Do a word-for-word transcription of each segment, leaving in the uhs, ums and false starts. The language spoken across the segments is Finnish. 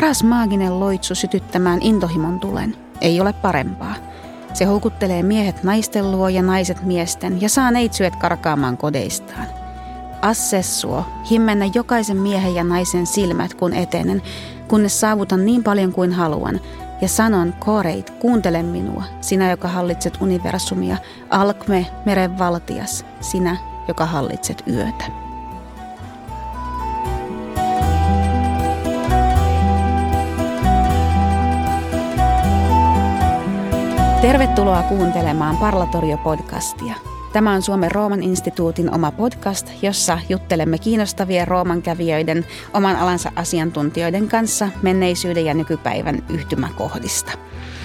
paras maaginen loitsu sytyttämään intohimon tulen. Ei ole parempaa. Se houkuttelee miehet naisten luo ja naiset miesten ja saa neitsyet karkaamaan kodeistaan. Assessuo, himmennä jokaisen miehen ja naisen silmät kun etenen, kunnes saavutan niin paljon kuin haluan. Ja sanon, koreit, kuuntele minua, sinä joka hallitset universumia, Alkme, meren valtias, sinä joka hallitset yötä. Tervetuloa kuuntelemaan Parlatorio-podcastia. Tämä on Suomen Rooman instituutin oma podcast, jossa juttelemme kiinnostavien roomankävijöiden, oman alansa asiantuntijoiden kanssa menneisyyden ja nykypäivän yhtymäkohdista.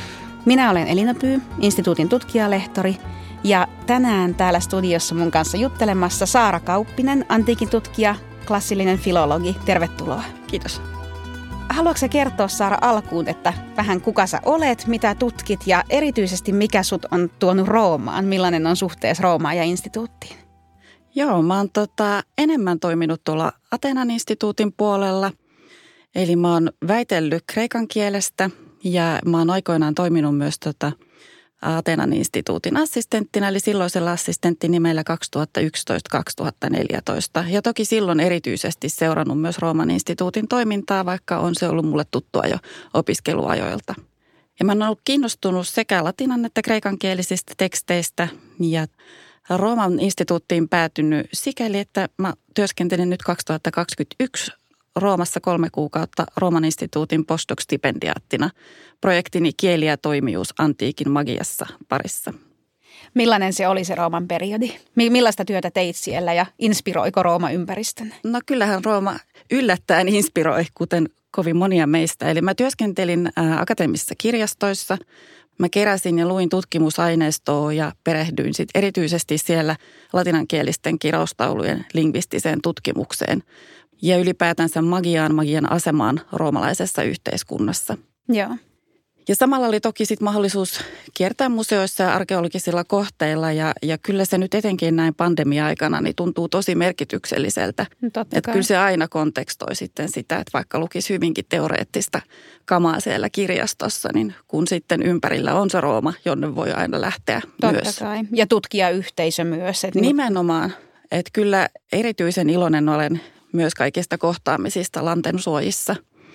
Minä olen Elina Pyy, instituutin tutkijalehtori, ja tänään täällä studiossa mun kanssa juttelemassa Saara Kauppinen, antiikin tutkija, klassillinen filologi. Tervetuloa. Kiitos. Haluatko sä kertoa, Saara, alkuun, että vähän kuka sä olet, mitä tutkit ja erityisesti mikä sut on tuonut Roomaan? Millainen on suhteessa Roomaan ja instituuttiin? Joo, mä oon tota, enemmän toiminut tuolla Atenan instituutin puolella. Eli mä oon väitellyt kreikan kielestä ja mä oon aikoinaan toiminut myös tota Atenan instituutin assistenttina, eli silloisella assistenttinimellä kaksituhattayksitoista kaksituhattaneljätoista. Ja toki silloin erityisesti seurannut myös Rooman instituutin toimintaa, vaikka on se ollut mulle tuttua jo opiskeluajoilta. Ja mä oon ollut kiinnostunut sekä latinan että kreikankielisistä teksteistä ja Rooman instituuttiin päätynyt sikäli, että mä työskentelin nyt kaksituhattakaksikymmentäyksi Roomassa kolme kuukautta Rooman instituutin postdoc-stipendiaattina projektini Kieli ja toimijuus antiikin magiassa parissa. Millainen se oli se Rooman periodi? Millaista työtä teit siellä ja inspiroiko Rooma ympäristön? No kyllähän Rooma yllättäen inspiroi, kuten kovin monia meistä. Eli mä työskentelin ää, akateemisissa kirjastoissa. Mä keräsin ja luin tutkimusaineistoa ja perehdyin sit erityisesti siellä latinankielisten kirjaustaulujen lingvistiseen tutkimukseen ja ylipäätänsä magiaan, magian asemaan roomalaisessa yhteiskunnassa. Joo. Ja samalla oli toki sit mahdollisuus kiertää museoissa ja arkeologisilla kohteilla ja, ja kyllä se nyt etenkin näin pandemia-aikana niin tuntuu tosi merkitykselliseltä. Totta että kyllä se aina kontekstoi sitten sitä, että vaikka lukisi hyvinkin teoreettista kamaa siellä kirjastossa, niin kun sitten ympärillä on se Rooma, jonne voi aina lähteä Totta myös. Totta kai. Ja tutkijayhteisö myös. Että Nimenomaan. Että kyllä erityisen iloinen olen myös kaikista kohtaamisista Lantensuojissa.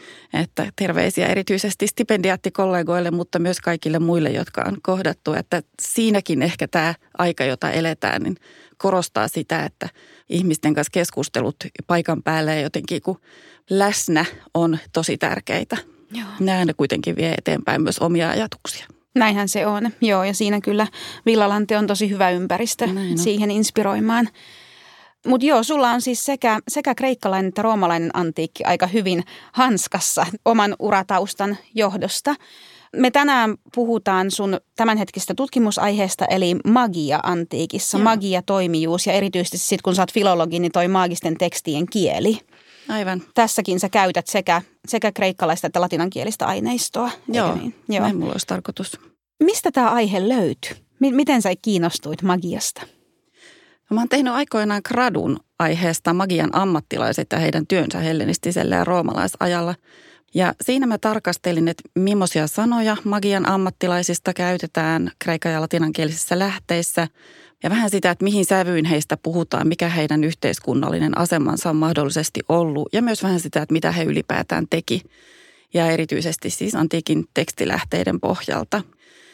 Että terveisiä erityisesti stipendiaattikollegoille, mutta myös kaikille muille, jotka on kohdattu. Että siinäkin ehkä tämä aika, jota eletään, niin korostaa sitä, että ihmisten kanssa keskustelut paikan päällä ja jotenkin kun läsnä on tosi tärkeitä. Joo. Nämä kuitenkin vie eteenpäin myös omia ajatuksia. Näinhän se on. Joo, ja siinä kyllä Villalante on tosi hyvä ympäristö siihen inspiroimaan. Mutta joo, sulla on siis sekä, sekä kreikkalainen että roomalainen antiikki aika hyvin hanskassa oman urataustan johdosta. Me tänään puhutaan sun tämänhetkistä tutkimusaiheesta, eli magia antiikissa, joo. Magia, toimijuus ja erityisesti sitten kun sä oot filologi, niin toi maagisten tekstien kieli. Aivan. Tässäkin sä käytät sekä, sekä kreikkalaista että latinankielistä aineistoa. Joo, niin? Joo, näin mulla olisi tarkoitus. Mistä tämä aihe löytyi? Miten sä kiinnostuit magiasta? Mä oon tehnyt aikoinaan gradun aiheesta magian ammattilaiset ja heidän työnsä hellenistisellä ja roomalaisajalla. Ja siinä mä tarkastelin, että millaisia sanoja magian ammattilaisista käytetään kreikan ja latinankielisissä lähteissä. Ja vähän sitä, että mihin sävyyn heistä puhutaan, mikä heidän yhteiskunnallinen asemansa on mahdollisesti ollut. Ja myös vähän sitä, että mitä he ylipäätään teki. Ja erityisesti siis antiikin tekstilähteiden pohjalta.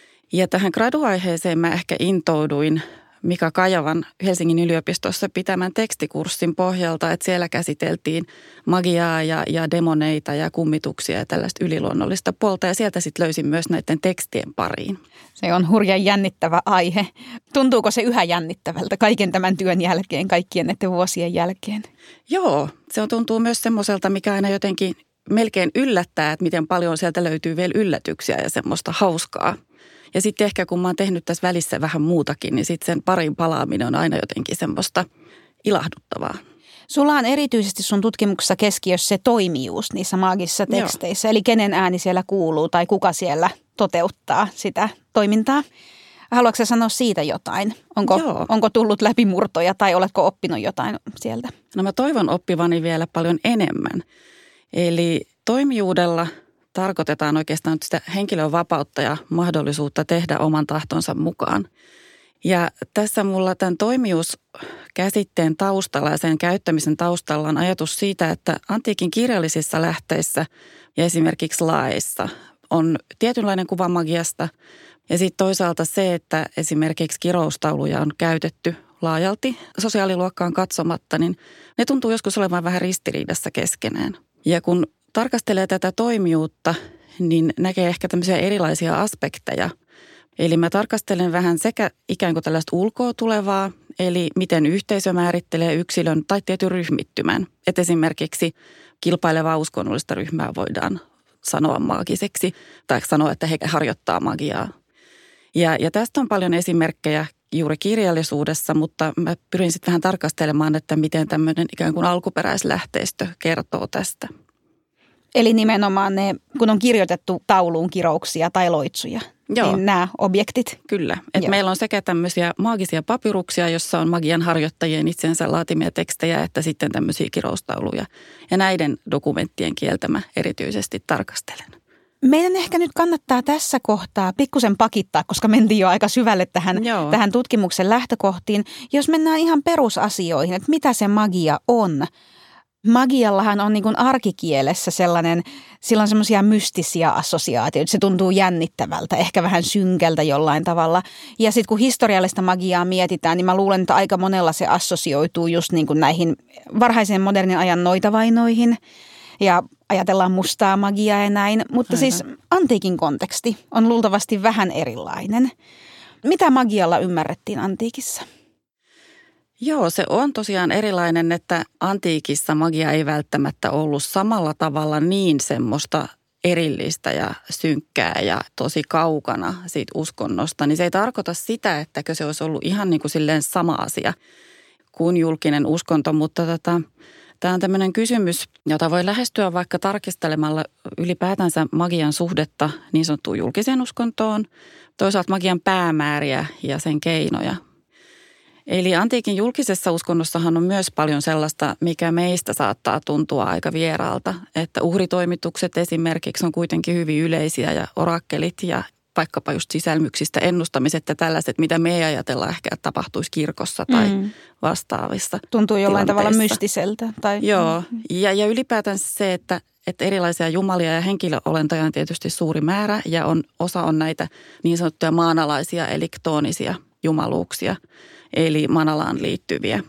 Ja tähän graduaiheeseen mä ehkä intouduin Mika Kajavan Helsingin yliopistossa pitämän tekstikurssin pohjalta, että siellä käsiteltiin magiaa ja, ja demoneita ja kummituksia ja tällaista yliluonnollista puolta. Ja sieltä sitten löysin myös näiden tekstien pariin. Se on hurjan jännittävä aihe. Tuntuuko se yhä jännittävältä kaiken tämän työn jälkeen, kaikkien näiden vuosien jälkeen? Joo, se on, tuntuu myös semmoiselta, mikä aina jotenkin melkein yllättää, että miten paljon sieltä löytyy vielä yllätyksiä ja semmoista hauskaa. Ja sitten ehkä kun mä oon tehnyt tässä välissä vähän muutakin, niin sitten sen parin palaaminen on aina jotenkin semmoista ilahduttavaa. Sulla on erityisesti sun tutkimuksessa keskiössä se toimijuus niissä maagisissa teksteissä. Joo. Eli kenen ääni siellä kuuluu tai kuka siellä toteuttaa sitä toimintaa. Haluatko sanoa siitä jotain? Onko, onko tullut läpimurtoja tai oletko oppinut jotain sieltä? No mä toivon oppivani vielä paljon enemmän. Eli toimijuudella tarkoitetaan oikeastaan sitä henkilön vapautta ja mahdollisuutta tehdä oman tahtonsa mukaan. Ja tässä mulla tämän toimijuuskäsitteen taustalla ja sen käyttämisen taustalla on ajatus siitä, että antiikin kirjallisissa lähteissä ja esimerkiksi laeissa on tietynlainen kuva magiasta. Ja sitten toisaalta se, että esimerkiksi kiroustauluja on käytetty laajalti sosiaaliluokkaan katsomatta, niin ne tuntuu joskus olevan vähän ristiriidassa keskenään. Ja kun tarkastelee tätä toimijuutta, niin näkee ehkä tämmöisiä erilaisia aspekteja. Eli mä tarkastelen vähän sekä ikään kuin tällaista ulkoa tulevaa, eli miten yhteisö määrittelee yksilön tai tietyn ryhmittymän. Että esimerkiksi kilpailevaa uskonnollista ryhmää voidaan sanoa maagiseksi tai sanoa, että he harjoittaa magiaa. Ja, ja tästä on paljon esimerkkejä juuri kirjallisuudessa, mutta mä pyrin sitten vähän tarkastelemaan, että miten tämmöinen ikään kuin alkuperäislähteistö kertoo tästä. Eli nimenomaan ne, kun on kirjoitettu tauluun kirouksia tai loitsuja, Joo. niin nämä objektit. Kyllä. Että meillä on sekä tämmöisiä maagisia papyruksia, jossa on magian harjoittajien itsensä laatimia tekstejä, että sitten tämmöisiä kiroustauluja. Ja näiden dokumenttien kieltä mä erityisesti tarkastelen. Meidän ehkä nyt kannattaa tässä kohtaa pikkusen pakittaa, koska mentiin jo aika syvälle tähän, tähän tutkimuksen lähtökohtiin. Jos mennään ihan perusasioihin, että mitä se magia on. Magiallahan on niin kuin arkikielessä sellainen, sillä on semmoisia mystisiä assosiaatioita. Se tuntuu jännittävältä, ehkä vähän synkältä jollain tavalla. Ja sitten kun historiallista magiaa mietitään, niin mä luulen, että aika monella se assosioituu just niin kuin näihin varhaisen modernin ajan noitavainoihin. Ja ajatellaan mustaa magiaa ja näin, mutta Aivan. siis antiikin konteksti on luultavasti vähän erilainen. Mitä magialla ymmärrettiin antiikissa? Joo, se on tosiaan erilainen, että antiikissa magia ei välttämättä ollut samalla tavalla niin semmoista erillistä ja synkkää ja tosi kaukana siitä uskonnosta. Niin se ei tarkoita sitä, että se olisi ollut ihan niin kuin silleen sama asia kuin julkinen uskonto, mutta tota... Tämä on tämmöinen kysymys, jota voi lähestyä vaikka tarkistelemalla ylipäätänsä magian suhdetta niin sanottuun julkiseen uskontoon, toisaalta magian päämääriä ja sen keinoja. Eli antiikin julkisessa uskonnossahan on myös paljon sellaista, mikä meistä saattaa tuntua aika vieraalta, että uhritoimitukset esimerkiksi on kuitenkin hyvin yleisiä ja orakkelit ja vaikkapa just sisälmyksistä ennustamiset ja tällaiset, mitä me ei ajatella ehkä, että tapahtuisi kirkossa tai mm. vastaavissa Tuntuu jollain tavalla mystiseltä. Tai... Joo, ja, ja ylipäätään se, että, että erilaisia jumalia ja henkilöolentoja on tietysti suuri määrä ja on, osa on näitä niin sanottuja maanalaisia eli ktoonisia jumaluuksia, eli manalaan liittyviä.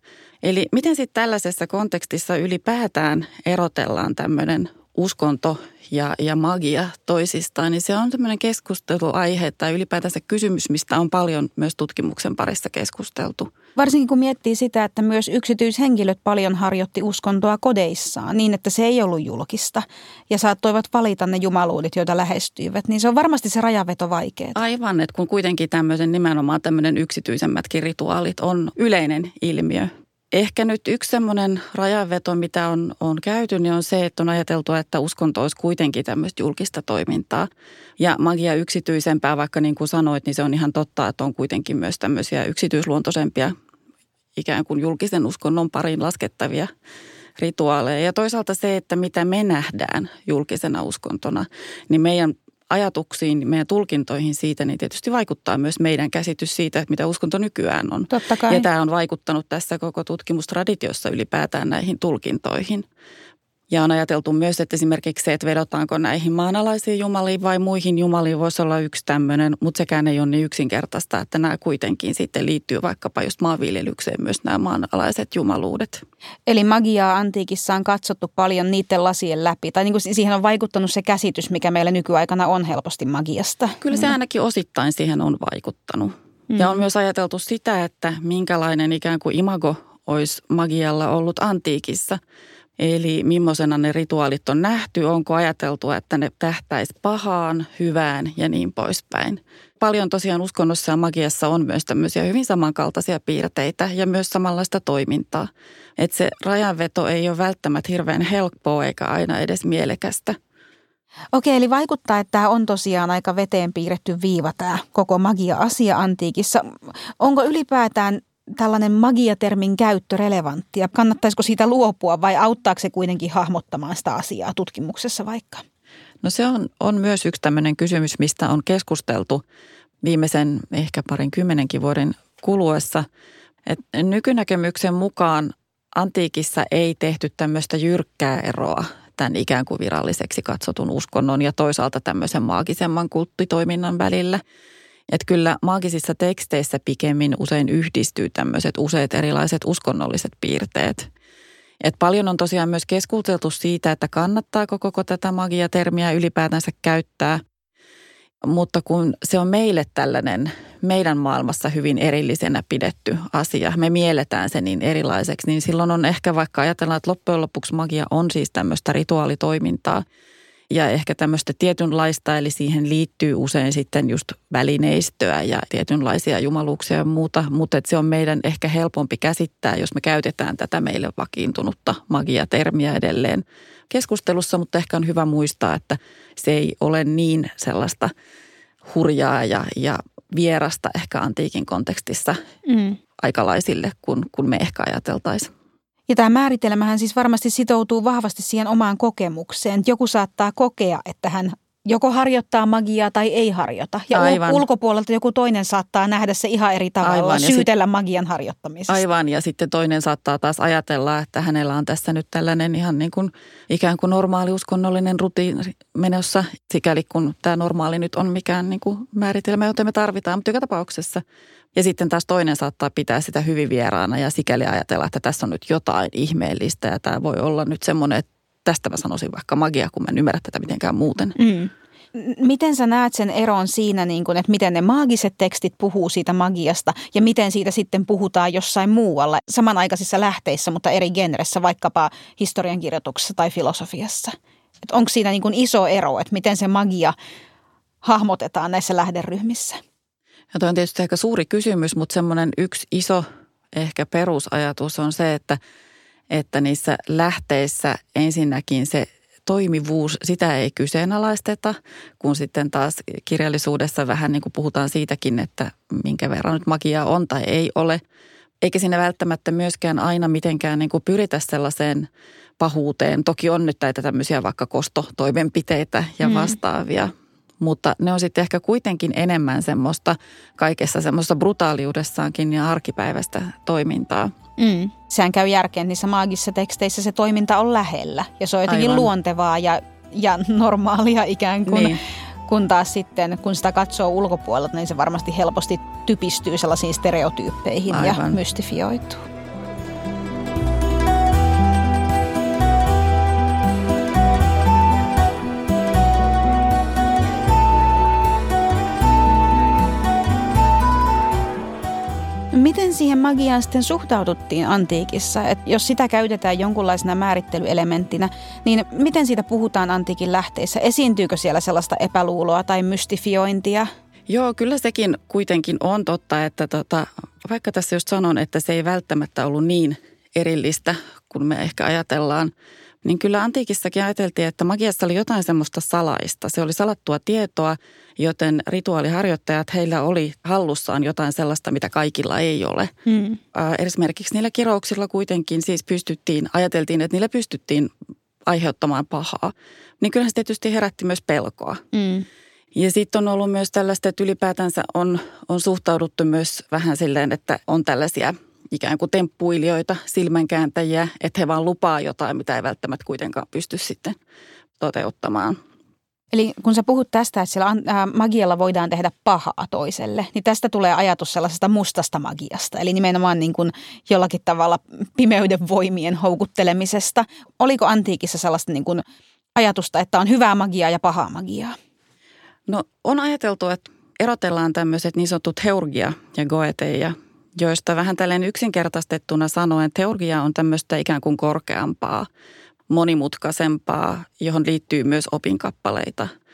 Eli miten sitten tällaisessa kontekstissa ylipäätään erotellaan tämmöinen uskonto ja, ja magia toisistaan, niin se on tämmöinen keskusteluaihe tai ylipäätänsä kysymys, mistä on paljon myös tutkimuksen parissa keskusteltu. Varsinkin kun miettii sitä, että myös yksityishenkilöt paljon harjoitti uskontoa kodeissaan niin, että se ei ollut julkista ja saattoivat valita ne jumaluudet, joita lähestyivät, niin se on varmasti se rajaveto vaikeaa. Aivan, että kun kuitenkin tämmöisen nimenomaan tämmöinen yksityisemmätkin rituaalit on yleinen ilmiö. Ehkä nyt yksi semmoinen rajanveto, mitä on, on käyty, niin on se, että on ajateltu, että uskonto olisi kuitenkin tämmöistä julkista toimintaa. Ja magia yksityisempää, vaikka niin kuin sanoit, niin se on ihan totta, että on kuitenkin myös tämmöisiä yksityisluontoisempia, ikään kuin julkisen uskonnon pariin laskettavia rituaaleja. Ja toisaalta se, että mitä me nähdään julkisena uskontona, niin meidän ajatuksiin, meidän tulkintoihin siitä, niin tietysti vaikuttaa myös meidän käsitys siitä, että mitä uskonto nykyään on. Totta kai. Ja tämä on vaikuttanut tässä koko tutkimustraditiossa ylipäätään näihin tulkintoihin. Ja on ajateltu myös, että esimerkiksi se, että vedotaanko näihin maanalaisiin jumaliin vai muihin jumaliin, voisi olla yksi tämmöinen, mutta sekään ei ole niin yksinkertaista, että nämä kuitenkin sitten liittyy vaikkapa just maanviljelykseen myös nämä maanalaiset jumaluudet. Eli magiaa antiikissa on katsottu paljon niiden lasien läpi, tai niin kuin siihen on vaikuttanut se käsitys, mikä meillä nykyaikana on helposti magiasta. Kyllä se ainakin osittain siihen on vaikuttanut. Mm. Ja on myös ajateltu sitä, että minkälainen ikään kuin imago olisi magialla ollut antiikissa. Eli millaisena ne rituaalit on nähty, onko ajateltu, että ne tähtäisi pahaan, hyvään ja niin poispäin. Paljon tosiaan uskonnossa ja magiassa on myös tämmöisiä hyvin samankaltaisia piirteitä ja myös samanlaista toimintaa. Että se rajanveto ei ole välttämättä hirveän helppoa eikä aina edes mielekästä. Okei, eli vaikuttaa, että tämä on tosiaan aika veteen piirretty viiva tämä koko magia-asia antiikissa. Onko ylipäätään tällainen magiatermin käyttö relevanttia? Kannattaisiko siitä luopua vai auttaako se kuitenkin hahmottamaan sitä asiaa tutkimuksessa vaikka? No se on, on myös yksi tämmöinen kysymys, mistä on keskusteltu viimeisen ehkä parin kymmenenkin vuoden kuluessa. Et nykynäkemyksen mukaan antiikissa ei tehty tämmöistä jyrkkää eroa tämän ikään kuin viralliseksi katsotun uskonnon ja toisaalta tämmöisen maagisemman kulttitoiminnan välillä. Että kyllä maagisissa teksteissä pikemmin usein yhdistyy tämmöiset useat erilaiset uskonnolliset piirteet. Et paljon on tosiaan myös keskusteltu siitä, että kannattaako koko tätä magiatermiä ylipäätänsä käyttää. Mutta kun se on meille tällainen meidän maailmassa hyvin erillisenä pidetty asia, me mielletään se niin erilaiseksi, niin silloin on ehkä vaikka ajatellaan, että loppujen lopuksi magia on siis tämmöistä rituaalitoimintaa ja ehkä tämmöistä tietynlaista, eli siihen liittyy usein sitten just välineistöä ja tietynlaisia jumaluuksia ja muuta, mutta se on meidän ehkä helpompi käsittää, jos me käytetään tätä meille vakiintunutta magiatermiä edelleen keskustelussa, mutta ehkä on hyvä muistaa, että se ei ole niin sellaista hurjaa ja, ja vierasta ehkä antiikin kontekstissa mm. aikalaisille, kun, kun me ehkä ajateltaisiin. Ja tämä määritelmähän siis varmasti sitoutuu vahvasti siihen omaan kokemukseen. Joku saattaa kokea, että hän joko harjoittaa magiaa tai ei harjoita. Ja Aivan. ulkopuolelta joku toinen saattaa nähdä se ihan eri tavalla, Aivan. syytellä sit, magian harjoittamisesta. Aivan, ja sitten toinen saattaa taas ajatella, että hänellä on tässä nyt tällainen ihan niin kuin ikään kuin normaali uskonnollinen rutiini menossa, sikäli kun tämä normaali nyt on mikään niin kuin määritelmä, jota me tarvitaan, mutta joka tapauksessa. Ja sitten taas toinen saattaa pitää sitä hyvin vieraana ja sikäli ajatella, että tässä on nyt jotain ihmeellistä ja tämä voi olla nyt semmoinen, että tästä mä sanoisin vaikka magia, kun mä en ymmärrä tätä mitenkään muuten. Mm. Miten sä näet sen eron siinä, niin kun, että miten ne maagiset tekstit puhuu siitä magiasta ja miten siitä sitten puhutaan jossain muualla, samanaikaisissa lähteissä, mutta eri genressä, vaikkapa historiankirjoituksessa tai filosofiassa? Et onko siinä niin kun iso ero, että miten se magia hahmotetaan näissä lähderyhmissä? Ja toi on tietysti aika suuri kysymys, mutta semmoinen yksi iso ehkä perusajatus on se, että, että niissä lähteissä ensinnäkin se toimivuus, sitä ei kyseenalaisteta, kun sitten taas kirjallisuudessa vähän niin kuin puhutaan siitäkin, että minkä verran nyt magiaa on tai ei ole. Eikä siinä välttämättä myöskään aina mitenkään niin kuin pyritä sellaiseen pahuuteen. Toki on nyt näitä tämmöisiä vaikka kostotoimenpiteitä ja vastaavia. Mm. Mutta ne on sitten ehkä kuitenkin enemmän semmoista kaikessa semmoista brutaaliudessaankin ja arkipäiväistä toimintaa. Mm. Sehän käy järkeen, niissä maagisissa teksteissä se toiminta on lähellä ja se on jotenkin Aivan. luontevaa ja, ja normaalia ikään kuin. Niin. Kun taas sitten, kun sitä katsoo ulkopuolelta, niin se varmasti helposti typistyy sellaisiin stereotyyppeihin Aivan. ja mystifioituu. Miten siihen magiaan sitten suhtauduttiin antiikissa? Et jos sitä käytetään jonkunlaisena määrittelyelementtinä, niin miten siitä puhutaan antiikin lähteissä? Esiintyykö siellä sellaista epäluuloa tai mystifiointia? Joo, kyllä sekin kuitenkin on totta, että tota, vaikka tässä just sanon, että se ei välttämättä ollut niin erillistä, kun me ehkä ajatellaan, niin kyllä antiikissakin ajateltiin, että magiassa oli jotain semmoista salaista. Se oli salattua tietoa, joten rituaaliharjoittajat, heillä oli hallussaan jotain sellaista, mitä kaikilla ei ole. Mm. Esimerkiksi niillä kirouksilla kuitenkin siis pystyttiin, ajateltiin, että niillä pystyttiin aiheuttamaan pahaa. Niin kyllähän se tietysti herätti myös pelkoa. Mm. Ja sitten on ollut myös tällaista, että ylipäätänsä on, on suhtauduttu myös vähän silleen, että on tällaisia ikään kuin temppuilijoita, silmänkääntäjiä, että he vaan lupaa jotain, mitä ei välttämättä kuitenkaan pysty sitten toteuttamaan. Eli kun sä puhut tästä, että siellä magialla voidaan tehdä pahaa toiselle, niin tästä tulee ajatus sellaisesta mustasta magiasta. Eli nimenomaan niin kuin jollakin tavalla pimeyden voimien houkuttelemisesta. Oliko antiikissa sellaista niin kuin ajatusta, että on hyvää magiaa ja pahaa magiaa? No on ajateltu, että erotellaan tämmöiset niin sanotut heurgia ja goeteja, joista vähän tällainen yksinkertaistettuna sanoen teurgia on tämmöistä ikään kuin korkeampaa, monimutkaisempaa, johon liittyy myös opinkappaleita.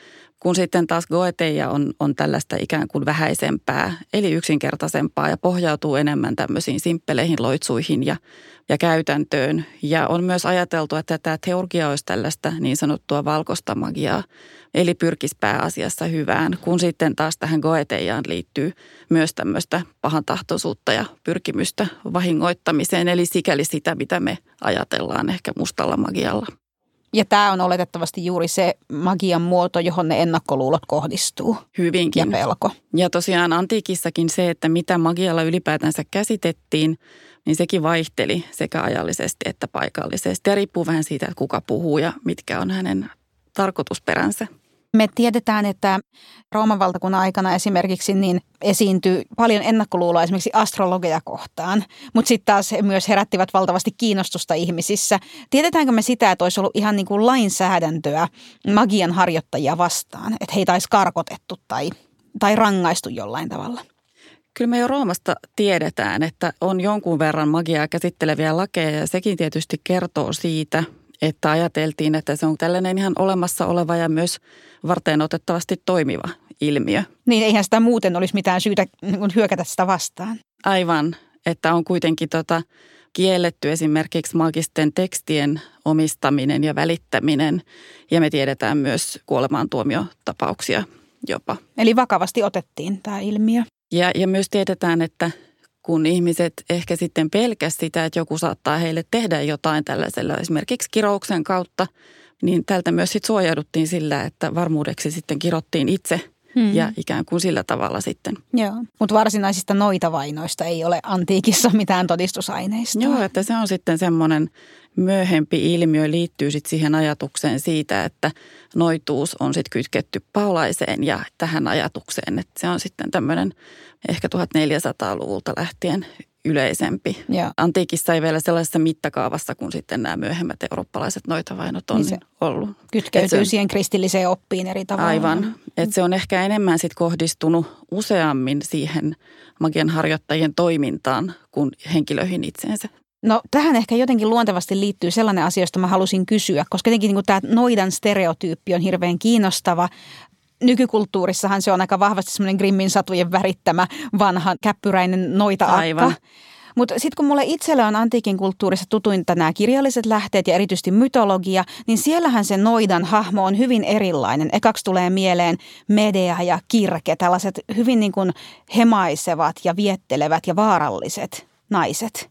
Kun sitten taas goeteia on, on tällaista ikään kuin vähäisempää, eli yksinkertaisempaa ja pohjautuu enemmän tämmöisiin simppeleihin loitsuihin ja, ja käytäntöön. Ja on myös ajateltu, että tämä teurgia olisi tällaista niin sanottua valkoista magiaa, eli pyrkisi pääasiassa hyvään, kun sitten taas tähän goeteiaan liittyy myös tämmöistä pahantahtoisuutta ja pyrkimystä vahingoittamiseen, eli sikäli sitä, mitä me ajatellaan ehkä mustalla magialla. Ja tämä on oletettavasti juuri se magian muoto, johon ne ennakkoluulot kohdistuu. Hyvinkin. Ja pelko. Ja tosiaan antiikissakin se, että mitä magialla ylipäätänsä käsitettiin, niin sekin vaihteli sekä ajallisesti että paikallisesti. Ja riippuu vähän siitä, että kuka puhuu ja mitkä on hänen tarkoitusperänsä. Me tiedetään, että Rooman valtakunnan aikana esimerkiksi niin esiintyi paljon ennakkoluuloa esimerkiksi astrologeja kohtaan, mutta sitten taas he myös herättivät valtavasti kiinnostusta ihmisissä. Tiedetäänkö me sitä, että olisi ollut ihan niin kuin lainsäädäntöä magian harjoittajia vastaan, että heitä olisi karkotettu tai, tai rangaistu jollain tavalla? Kyllä me jo Roomasta tiedetään, että on jonkun verran magiaa käsitteleviä lakeja ja sekin tietysti kertoo siitä, että ajateltiin, että se on tällainen ihan olemassa oleva ja myös varteenotettavasti toimiva ilmiö. Niin, eihän sitä muuten olisi mitään syytä hyökätä sitä vastaan. Aivan, että on kuitenkin tota kielletty esimerkiksi maagisten tekstien omistaminen ja välittäminen. Ja me tiedetään myös kuolemaantuomiotapauksia jopa. Eli vakavasti otettiin tämä ilmiö. Ja, ja myös tiedetään, että kun ihmiset ehkä sitten pelkäs sitä, että joku saattaa heille tehdä jotain tällaisella esimerkiksi kirouksen kautta, niin tältä myös sitten suojauduttiin sillä, että varmuudeksi sitten kirottiin itse hmm. ja ikään kuin sillä tavalla sitten. Joo, mutta varsinaisista noitavainoista ei ole antiikissa mitään todistusaineistoa. Joo, että se on sitten semmoinen myöhempi ilmiö, liittyy sitten siihen ajatukseen siitä, että noituus on sitten kytketty paolaiseen ja tähän ajatukseen, että se on sitten tämmöinen ehkä tuhatneljäsataaluvulta lähtien yleisempi. Ja. Antiikissa ei vielä sellaisessa mittakaavassa kuin sitten nämä myöhemmät eurooppalaiset noitavainot on niin ollut. Kytkeytyy on, siihen kristilliseen oppiin eri tavalla. Aivan. Että se on ehkä enemmän sitten kohdistunut useammin siihen magian harjoittajien toimintaan kuin henkilöihin itseensä. No tähän ehkä jotenkin luontevasti liittyy sellainen asia, josta mä halusin kysyä, koska jotenkin niin tämä noidan stereotyyppi on hirveän kiinnostava. Nykykulttuurissahan se on aika vahvasti semmoinen Grimmin satujen värittämä vanha käppyräinen noita-akka. Mutta sitten kun mulle itselle on antiikin kulttuurissa tutuinta nämä kirjalliset lähteet ja erityisesti mytologia, niin siellähän se noidan hahmo on hyvin erilainen. Ekaksi tulee mieleen Medea ja Kirke, tällaiset hyvin niin kuin hemaisevat ja viettelevät ja vaaralliset naiset.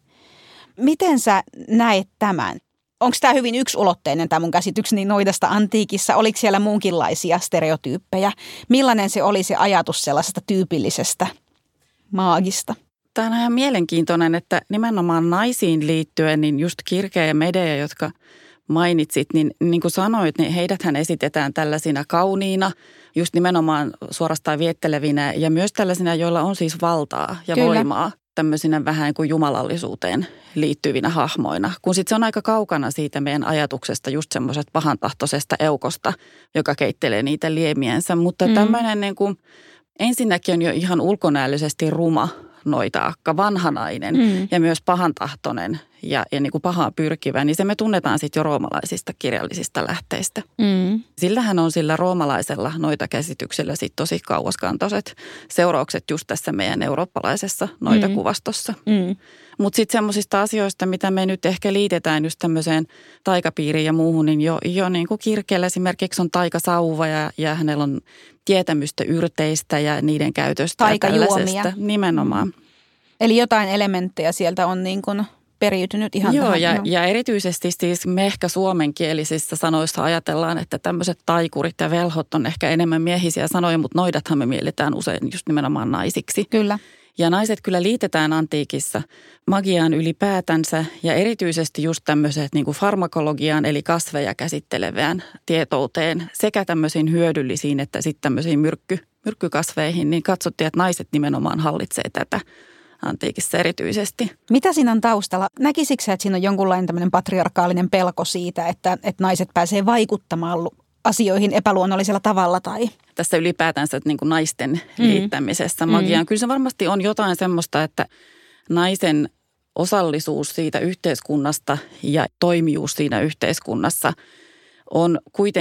Miten sä näet tämän? Onko tämä hyvin yksulotteinen tämä mun käsitykseni noidasta antiikissa? Oliko siellä muunkinlaisia stereotyyppejä? Millainen se oli se ajatus sellaisesta tyypillisestä maagista? Tämä on ihan mielenkiintoinen, että nimenomaan naisiin liittyen, niin just Kirke ja Medea, jotka mainitsit, niin niin kuin sanoit, niin heidäthän esitetään tällaisina kauniina, just nimenomaan suorastaan viettelevinä ja myös tällaisina, joilla on siis valtaa ja Kyllä. voimaa. Tämmöisinä vähän kuin jumalallisuuteen liittyvinä hahmoina, kun sitten se on aika kaukana siitä meidän ajatuksesta just semmoisesta pahantahtoisesta eukosta, joka keittelee niitä liemiensä. Mutta mm. tämmöinen niin kuin, ensinnäkin on jo ihan ulkonäöllisesti ruma noita-akka, vanhanainen mm. ja myös pahantahtoinen ja, ja niin kuin pahaa pyrkivä, niin se me tunnetaan sitten jo roomalaisista kirjallisista lähteistä. Mm. Sillähän on sillä roomalaisella noita käsityksellä sitten tosi kauaskantoiset seuraukset just tässä meidän eurooppalaisessa noita-kuvastossa. Mm. Mutta sitten semmoisista asioista, mitä me nyt ehkä liitetään just tämmöiseen taikapiiriin ja muuhun, niin jo, jo niin kuin Kirkeellä esimerkiksi on taikasauva ja, ja hänellä on tietämystä yrteistä ja niiden käytöstä. Taikajuomia. Nimenomaan. Mm. Eli jotain elementtejä sieltä on niin kuin periytynyt ihan Joo, tähän. Ja, ja erityisesti siis me ehkä suomenkielisissä sanoissa ajatellaan, että tämmöiset taikurit ja velhot on ehkä enemmän miehisiä sanoja, mutta noidathan me mielletään usein just nimenomaan naisiksi. Kyllä. Ja naiset kyllä liitetään antiikissa magiaan ylipäätänsä ja erityisesti just tämmöiset niin kuin farmakologiaan eli kasveja käsittelevään tietouteen sekä tämmöisiin hyödyllisiin että sitten tämmöisiin myrkky, myrkkykasveihin, niin katsottiin, että naiset nimenomaan hallitsee tätä antiikissa erityisesti. Mitä siinä on taustalla? Näkisikö sä, että siinä on jonkunlainen tämmöinen patriarkaalinen pelko siitä, että, että naiset pääsee vaikuttamaan asioihin epäluonnollisella tavalla tai? Tässä ylipäätänsä että niin kuin naisten liittämisessä mm. magiaan. Kyllä se varmasti on jotain semmoista, että naisen osallisuus siitä yhteiskunnasta ja toimijuus siinä yhteiskunnassa on kuitenkin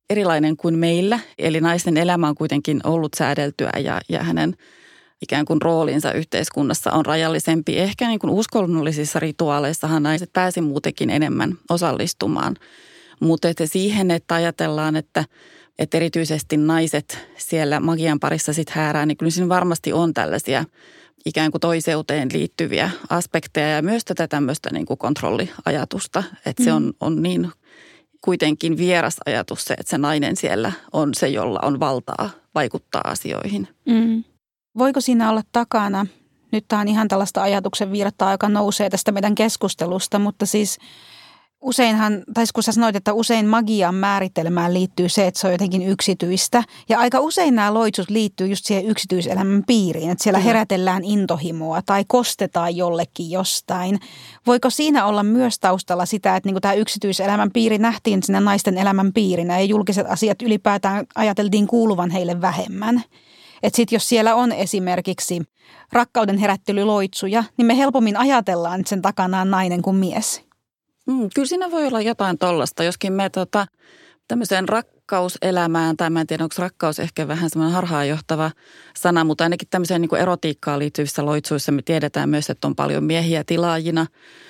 erilainen kuin meillä. Eli naisten elämä on kuitenkin ollut säädeltyä ja, ja hänen ikään kuin roolinsa yhteiskunnassa on rajallisempi. Ehkä niin kuin uskonnollisissa rituaaleissahan naiset pääsi muutenkin enemmän osallistumaan. Mutta että siihen, että ajatellaan, että, että erityisesti naiset siellä magian parissa sit häärää, niin kyllä siinä varmasti on tällaisia ikään kuin toiseuteen liittyviä aspekteja ja myös tätä tämmöistä niin kuin kontrolliajatusta. Että mm. se on, on niin kuitenkin vieras ajatus se, että se nainen siellä on se, jolla on valtaa vaikuttaa asioihin. Mm. Voiko siinä olla takana, nyt tämä on ihan tällaista ajatuksen virtaa, joka nousee tästä meidän keskustelusta, mutta siis useinhan, tai kun sä sanoit, että usein magian määritelmään liittyy se, että se on jotenkin yksityistä. Ja aika usein nämä loitsut liittyy just siihen yksityiselämän piiriin, että siellä herätellään intohimoa tai kostetaan jollekin jostain. Voiko siinä olla myös taustalla sitä, että niin kuin tämä yksityiselämän piiri nähtiin siinä naisten elämän piirinä ja julkiset asiat ylipäätään ajateltiin kuuluvan heille vähemmän? Että sitten jos siellä on esimerkiksi rakkauden herättelyloitsuja, niin me helpommin ajatellaan, että sen takana on nainen kuin mies. Mm, kyllä siinä voi olla jotain tollasta, joskin me tota, tämmöiseen rakkauselämään, tai mä en tiedä, onko rakkaus ehkä vähän semmoinen harhaanjohtava sana, mutta ainakin tämmöiseen niin kuin erotiikkaan liittyvissä loitsuissa me tiedetään myös, että on paljon miehiä tilaajina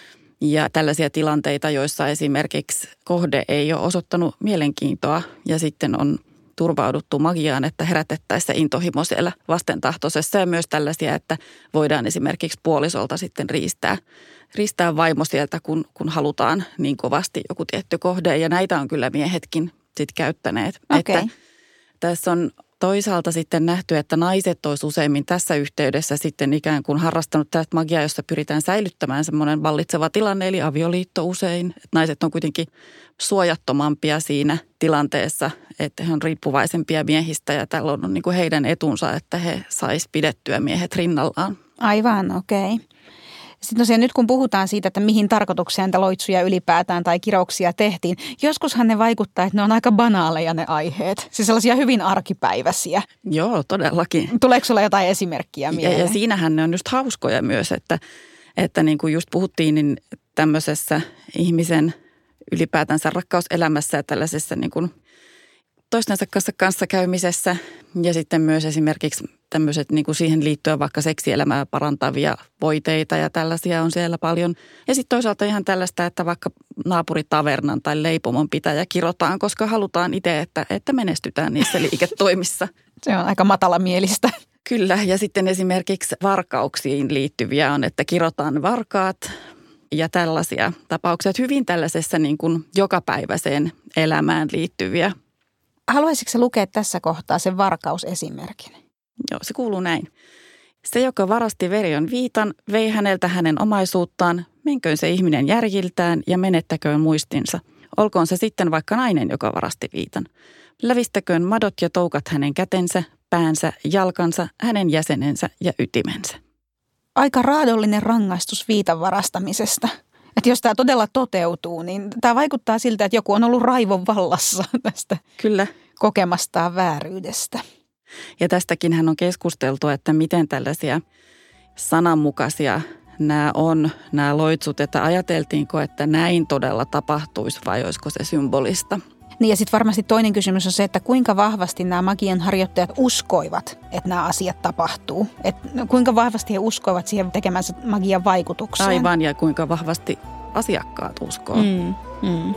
ja tällaisia tilanteita, joissa esimerkiksi kohde ei ole osoittanut mielenkiintoa ja sitten on turvauduttu magiaan, että herätettäisiin se intohimo siellä vastentahtoisessa ja myös tällaisia, että voidaan esimerkiksi puolisolta sitten riistää, riistää vaimo sieltä, kun, kun halutaan niin kovasti joku tietty kohde ja näitä on kyllä miehetkin sitten käyttäneet. Okay. Että tässä on toisaalta sitten nähty, että naiset olisi useimmin tässä yhteydessä sitten ikään kuin harrastanut tätä magiaa, jossa pyritään säilyttämään semmoinen vallitseva tilanne, eli avioliitto usein. Että naiset on kuitenkin suojattomampia siinä tilanteessa, että he on riippuvaisempia miehistä ja tällä on niin kuin heidän etunsa, että he sais pidettyä miehet rinnallaan. Aivan, okei. Okay. Sitten tosiaan nyt kun puhutaan siitä, että mihin tarkoitukseen niitä loitsuja ylipäätään tai kirouksia tehtiin, joskushan ne vaikuttaa, että ne on aika banaaleja ne aiheet. Siis sellaisia hyvin arkipäiväisiä. Joo, todellakin. Tuleeko sulla jotain esimerkkiä mieleen? Ja, ja siinähän ne on just hauskoja myös, että, että niin kuin just puhuttiin, niin tämmöisessä ihmisen ylipäätänsä rakkauselämässä ja tällaisessa niin kuin toistensa kanssa kanssakäymisessä ja sitten myös esimerkiksi tämmöiset niin kuin siihen liittyen vaikka seksielämää parantavia voiteita ja tällaisia on siellä paljon. Ja sitten toisaalta ihan tällaista, että vaikka naapuritavernan tai leipomon pitäjä kirotaan, koska halutaan itse, että, että menestytään niissä liiketoimissa. Se on aika matalamielistä. Kyllä, ja sitten esimerkiksi varkauksiin liittyviä on, että kirotaan varkaat ja tällaisia tapauksia. Hyvin tällaisessa niin kuin jokapäiväiseen elämään liittyviä. Haluaisitko sä lukea tässä kohtaa sen varkausesimerkin? Joo, se kuuluu näin. Se, joka varasti verion viitan, vei häneltä hänen omaisuuttaan, menköön se ihminen järjiltään ja menettäköön muistinsa. Olkoon se sitten vaikka nainen, joka varasti viitan. Lävistäköön madot ja toukat hänen kätensä, päänsä, jalkansa, hänen jäsenensä ja ytimensä. Aika raadollinen rangaistus viitan varastamisesta. Että jos tämä todella toteutuu, niin tämä vaikuttaa siltä, että joku on ollut raivon vallassa tästä Kyllä. kokemastaan vääryydestä. Ja tästäkin hän on keskusteltu, että miten tällaisia sananmukaisia nämä on, nämä loitsut, että ajateltiinko, että näin todella tapahtuisi vai olisiko se symbolista. Niin ja sitten varmasti toinen kysymys on se, että kuinka vahvasti nämä magian harjoittajat uskoivat, että nämä asiat tapahtuu. Että kuinka vahvasti he uskoivat siihen tekemänsä magian vaikutukseen. Aivan, ja kuinka vahvasti asiakkaat uskoo. Mm, mm.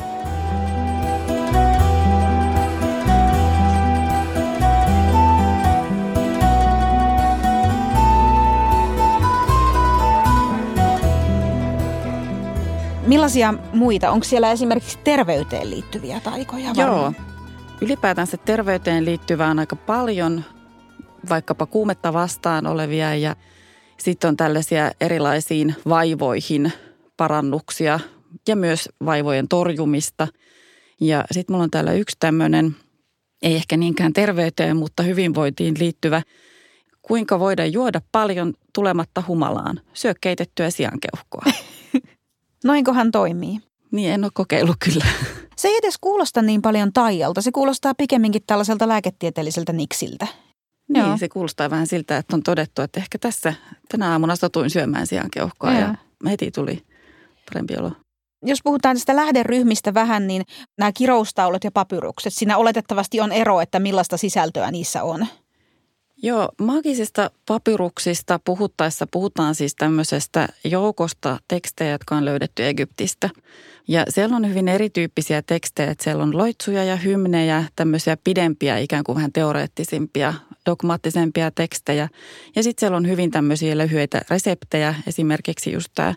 Millaisia muita? Onko siellä esimerkiksi terveyteen liittyviä taikoja? Joo. Ylipäätänsä terveyteen liittyvää on aika paljon, vaikkapa kuumetta vastaan olevia ja sitten on tällaisia erilaisiin vaivoihin parannuksia ja myös vaivojen torjumista. Ja sitten mulla on täällä yksi tämmöinen, ei ehkä niinkään terveyteen, mutta hyvinvointiin liittyvä, kuinka voidaan juoda paljon tulematta humalaan. Syö keitettyä siankeuhkoa. Noinkohan toimii? Niin, en ole kokeillut kyllä. Se ei edes kuulosta niin paljon taialta. Se kuulostaa pikemminkin tällaiselta lääketieteelliseltä niksiltä. Niin, Joo. Se kuulostaa vähän siltä, että on todettu, että ehkä tässä tänä aamuna satuin syömään siankeuhkoa ja heti tuli parempi olo. Jos puhutaan tästä lähderyhmistä vähän, niin nämä kiroustaulut ja papyrukset, siinä oletettavasti on ero, että millaista sisältöä niissä on. Joo, maagisista papyruksista puhuttaessa puhutaan siis tämmöisestä joukosta tekstejä, jotka on löydetty Egyptistä. Ja siellä on hyvin erityyppisiä tekstejä, että siellä on loitsuja ja hymnejä, tämmöisiä pidempiä, ikään kuin vähän teoreettisimpia, dogmaattisempia tekstejä. Ja sitten siellä on hyvin tämmöisiä lyhyitä reseptejä, esimerkiksi just tämä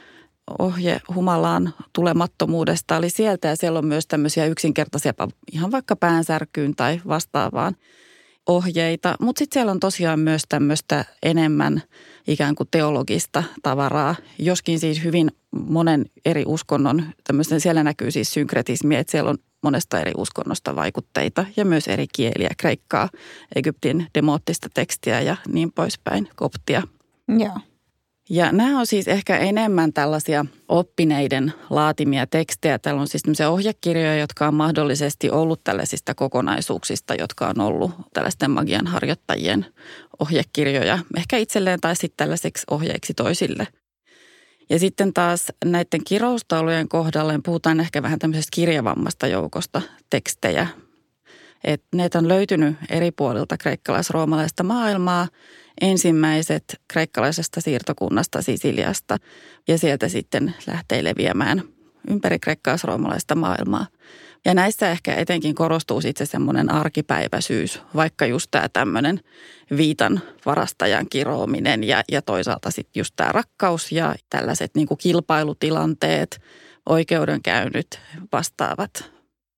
ohje humalaan tulemattomuudesta oli sieltä. Ja siellä on myös tämmöisiä yksinkertaisia, ihan vaikka päänsärkyyn tai vastaavaan ohjeita. Mutta sitten siellä on tosiaan myös tämmöistä enemmän ikään kuin teologista tavaraa, joskin siis hyvin monen eri uskonnon, tämmöisten, siellä näkyy siis synkretismi, että siellä on monesta eri uskonnosta vaikutteita ja myös eri kieliä, kreikkaa, Egyptin demoottista tekstiä ja niin poispäin, koptia. Joo. Ja nämä on siis ehkä enemmän tällaisia oppineiden laatimia tekstejä. Täällä on siis tämmöisiä ohjekirjoja, jotka on mahdollisesti ollut tällaisista kokonaisuuksista, jotka on ollut tällaisten magian harjoittajien ohjekirjoja. Ehkä itselleen tai sitten tällaisiksi ohjeiksi toisille. Ja sitten taas näiden kiroustaulujen kohdalla puhutaan ehkä vähän tämmöisestä kirjavammasta joukosta tekstejä. Että näitä on löytynyt eri puolilta kreikkalais-roomalaista maailmaa. Ensimmäiset kreikkalaisesta siirtokunnasta Sisiliasta ja sieltä sitten lähtee leviämään ympäri kreikkalais-roomalaista maailmaa. Ja näissä ehkä etenkin korostuu sitten semmoinen arkipäiväisyys, vaikka just tämä tämmöinen viitan varastajan kiroaminen ja, ja toisaalta sitten just tämä rakkaus ja tällaiset niin kuin kilpailutilanteet, oikeudenkäynnit vastaavat.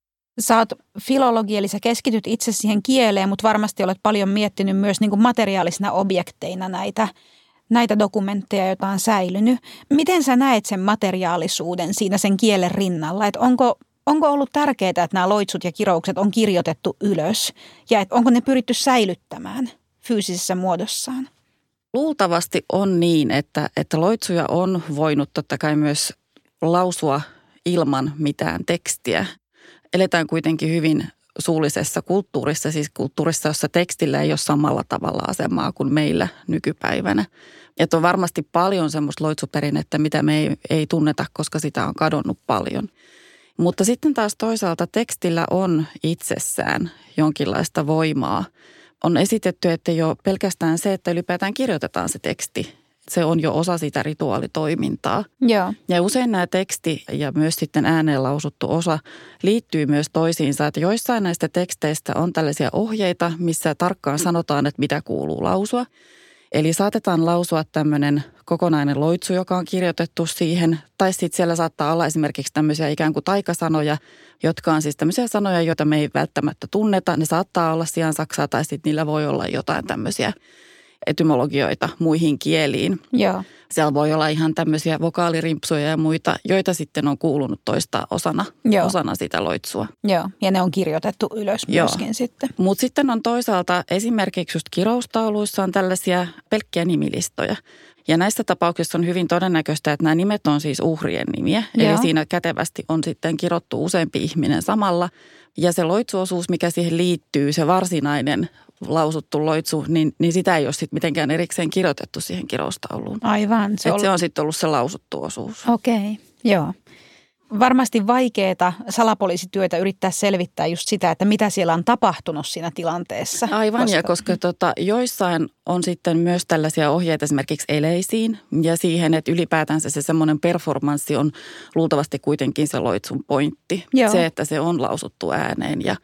Sä oot filologi, eli sä keskityt itse siihen kieleen, mutta varmasti olet paljon miettinyt myös niin kuin materiaalisina objekteina näitä, näitä dokumentteja, joita on säilynyt. Miten sä näet sen materiaalisuuden siinä sen kielen rinnalla? Et onko, onko ollut tärkeää, että nämä loitsut ja kiroukset on kirjoitettu ylös ja et onko ne pyritty säilyttämään fyysisessä muodossaan? Luultavasti on niin, että, että loitsuja on voinut totta kai myös lausua ilman mitään tekstiä. Eletään kuitenkin hyvin suullisessa kulttuurissa, siis kulttuurissa, jossa tekstillä ei ole samalla tavalla asemaa kuin meillä nykypäivänä. Että on varmasti paljon semmoista loitsuperinnettä, mitä me ei, ei tunneta, koska sitä on kadonnut paljon. Mutta sitten taas toisaalta tekstillä on itsessään jonkinlaista voimaa. On esitetty, että jo pelkästään se, että ylipäätään kirjoitetaan se teksti, se on jo osa sitä rituaalitoimintaa. Joo. Ja usein nämä teksti ja myös sitten ääneen lausuttu osa liittyy myös toisiinsa. Että joissain näistä teksteistä on tällaisia ohjeita, missä tarkkaan sanotaan, että mitä kuuluu lausua. Eli saatetaan lausua tämmöinen kokonainen loitsu, joka on kirjoitettu siihen. Tai sitten siellä saattaa olla esimerkiksi tämmöisiä ikään kuin taikasanoja, jotka on siis tämmöisiä sanoja, joita me ei välttämättä tunneta. Ne saattaa olla sian saksaa tai sitten niillä voi olla jotain tämmöisiä etymologioita muihin kieliin. Joo. Siellä voi olla ihan tämmöisiä vokaalirimpsuja ja muita, joita sitten on kuulunut toista osana, osana sitä loitsua. Joo, ja ne on kirjoitettu ylös myöskin Joo. sitten. Mutta sitten on toisaalta esimerkiksi just kiroustauluissa on tällaisia pelkkiä nimilistoja. Ja näissä tapauksissa on hyvin todennäköistä, että nämä nimet on siis uhrien nimiä. Joo. Eli siinä kätevästi on sitten kirottu useampi ihminen samalla. Ja se loitsuosuus, mikä siihen liittyy, se varsinainen lausuttu loitsu, niin, niin sitä ei ole sitten mitenkään erikseen kirjoitettu siihen kiroustauluun. Aivan. Se, ollut... se on sitten ollut se lausuttu osuus. Okei, okay, joo. Varmasti vaikeaa salapoliisityötä yrittää selvittää just sitä, että mitä siellä on tapahtunut siinä tilanteessa. Aivan, koska... ja koska tota, joissain on sitten myös tällaisia ohjeita esimerkiksi eleisiin ja siihen, että ylipäätänsä se semmoinen performanssi on luultavasti kuitenkin se loitsun pointti. Joo. Se, että se on lausuttu ääneen ja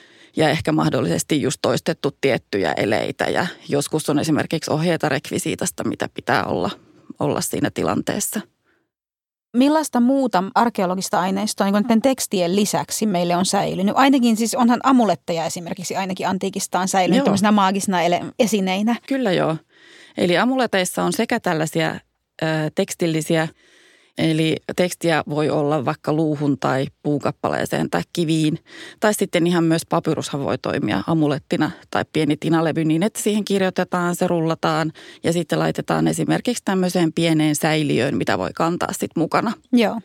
Ja ehkä mahdollisesti just toistettu tiettyjä eleitä ja joskus on esimerkiksi ohjeita rekvisiitasta, mitä pitää olla, olla siinä tilanteessa. Millaista muuta arkeologista aineistoa niin kuin tekstien lisäksi meille on säilynyt? Ainakin siis onhan amuletteja esimerkiksi ainakin antiikista on säilynyt tämmöisenä maagisina esineinä. Kyllä joo. Eli amuleteissa on sekä tällaisia ö, tekstillisiä, eli tekstiä voi olla vaikka luuhun tai puukappaleeseen tai kiviin. Tai sitten ihan myös papyrushan voi toimia amulettina tai pieni tinalevy niin, että siihen kirjoitetaan, se rullataan ja sitten laitetaan esimerkiksi tämmöiseen pieneen säiliöön, mitä voi kantaa sitten mukana. Joo.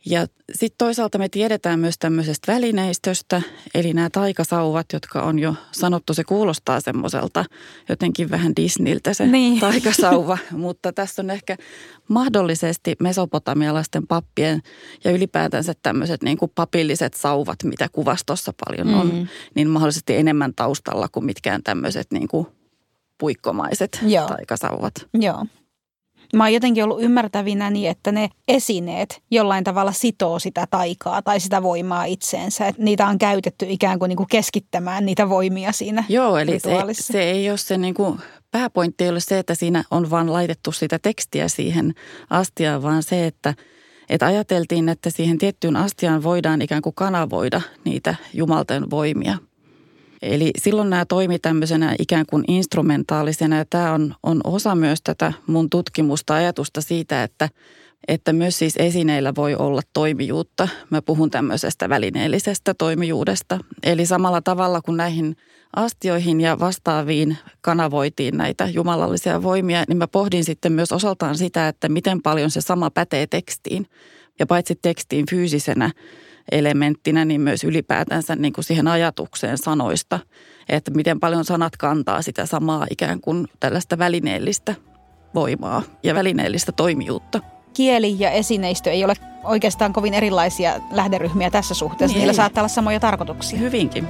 Ja sitten toisaalta me tiedetään myös tämmöisestä välineistöstä, eli nämä taikasauvat, jotka on jo sanottu, se kuulostaa semmoiselta jotenkin vähän Disneyltä se niin. taikasauva, mutta tässä on ehkä mahdollisesti mesopotamialaisten pappien ja ylipäätänsä tämmöiset niin kuin papilliset sauvat, mitä kuvastossa paljon on, mm. niin mahdollisesti enemmän taustalla kuin mitkään tämmöiset niin kuin puikkomaiset Joo. taikasauvat. Joo. Mä oon jotenkin ollut ymmärtävinäni, että ne esineet jollain tavalla sitoo sitä taikaa tai sitä voimaa itseensä. Että niitä on käytetty ikään kuin, niin kuin keskittämään niitä voimia siinä Joo, eli se, rituaalissa. se ei ole se niin kuin, pääpointti ei ole se, että siinä on vaan laitettu sitä tekstiä siihen astiaan, vaan se, että, että ajateltiin, että siihen tiettyyn astiaan voidaan ikään kuin kanavoida niitä jumalten voimia. Eli silloin nämä toimi tämmöisenä ikään kuin instrumentaalisena ja tämä on, on osa myös tätä mun tutkimusta, ajatusta siitä, että, että myös siis esineillä voi olla toimijuutta. Mä puhun tämmöisestä välineellisestä toimijuudesta. Eli samalla tavalla kuin näihin astioihin ja vastaaviin kanavoitiin näitä jumalallisia voimia, niin mä pohdin sitten myös osaltaan sitä, että miten paljon se sama pätee tekstiin. Ja paitsi tekstiin fyysisenä elementtinä, niin myös ylipäätänsä niin kuin siihen ajatukseen sanoista, että miten paljon sanat kantaa sitä samaa ikään kuin tällaista välineellistä voimaa ja välineellistä toimijuutta. Kieli ja esineistö ei ole oikeastaan kovin erilaisia lähderyhmiä tässä suhteessa. Niin niillä ei. Saattaa olla samoja tarkoituksia. Hyvinkin.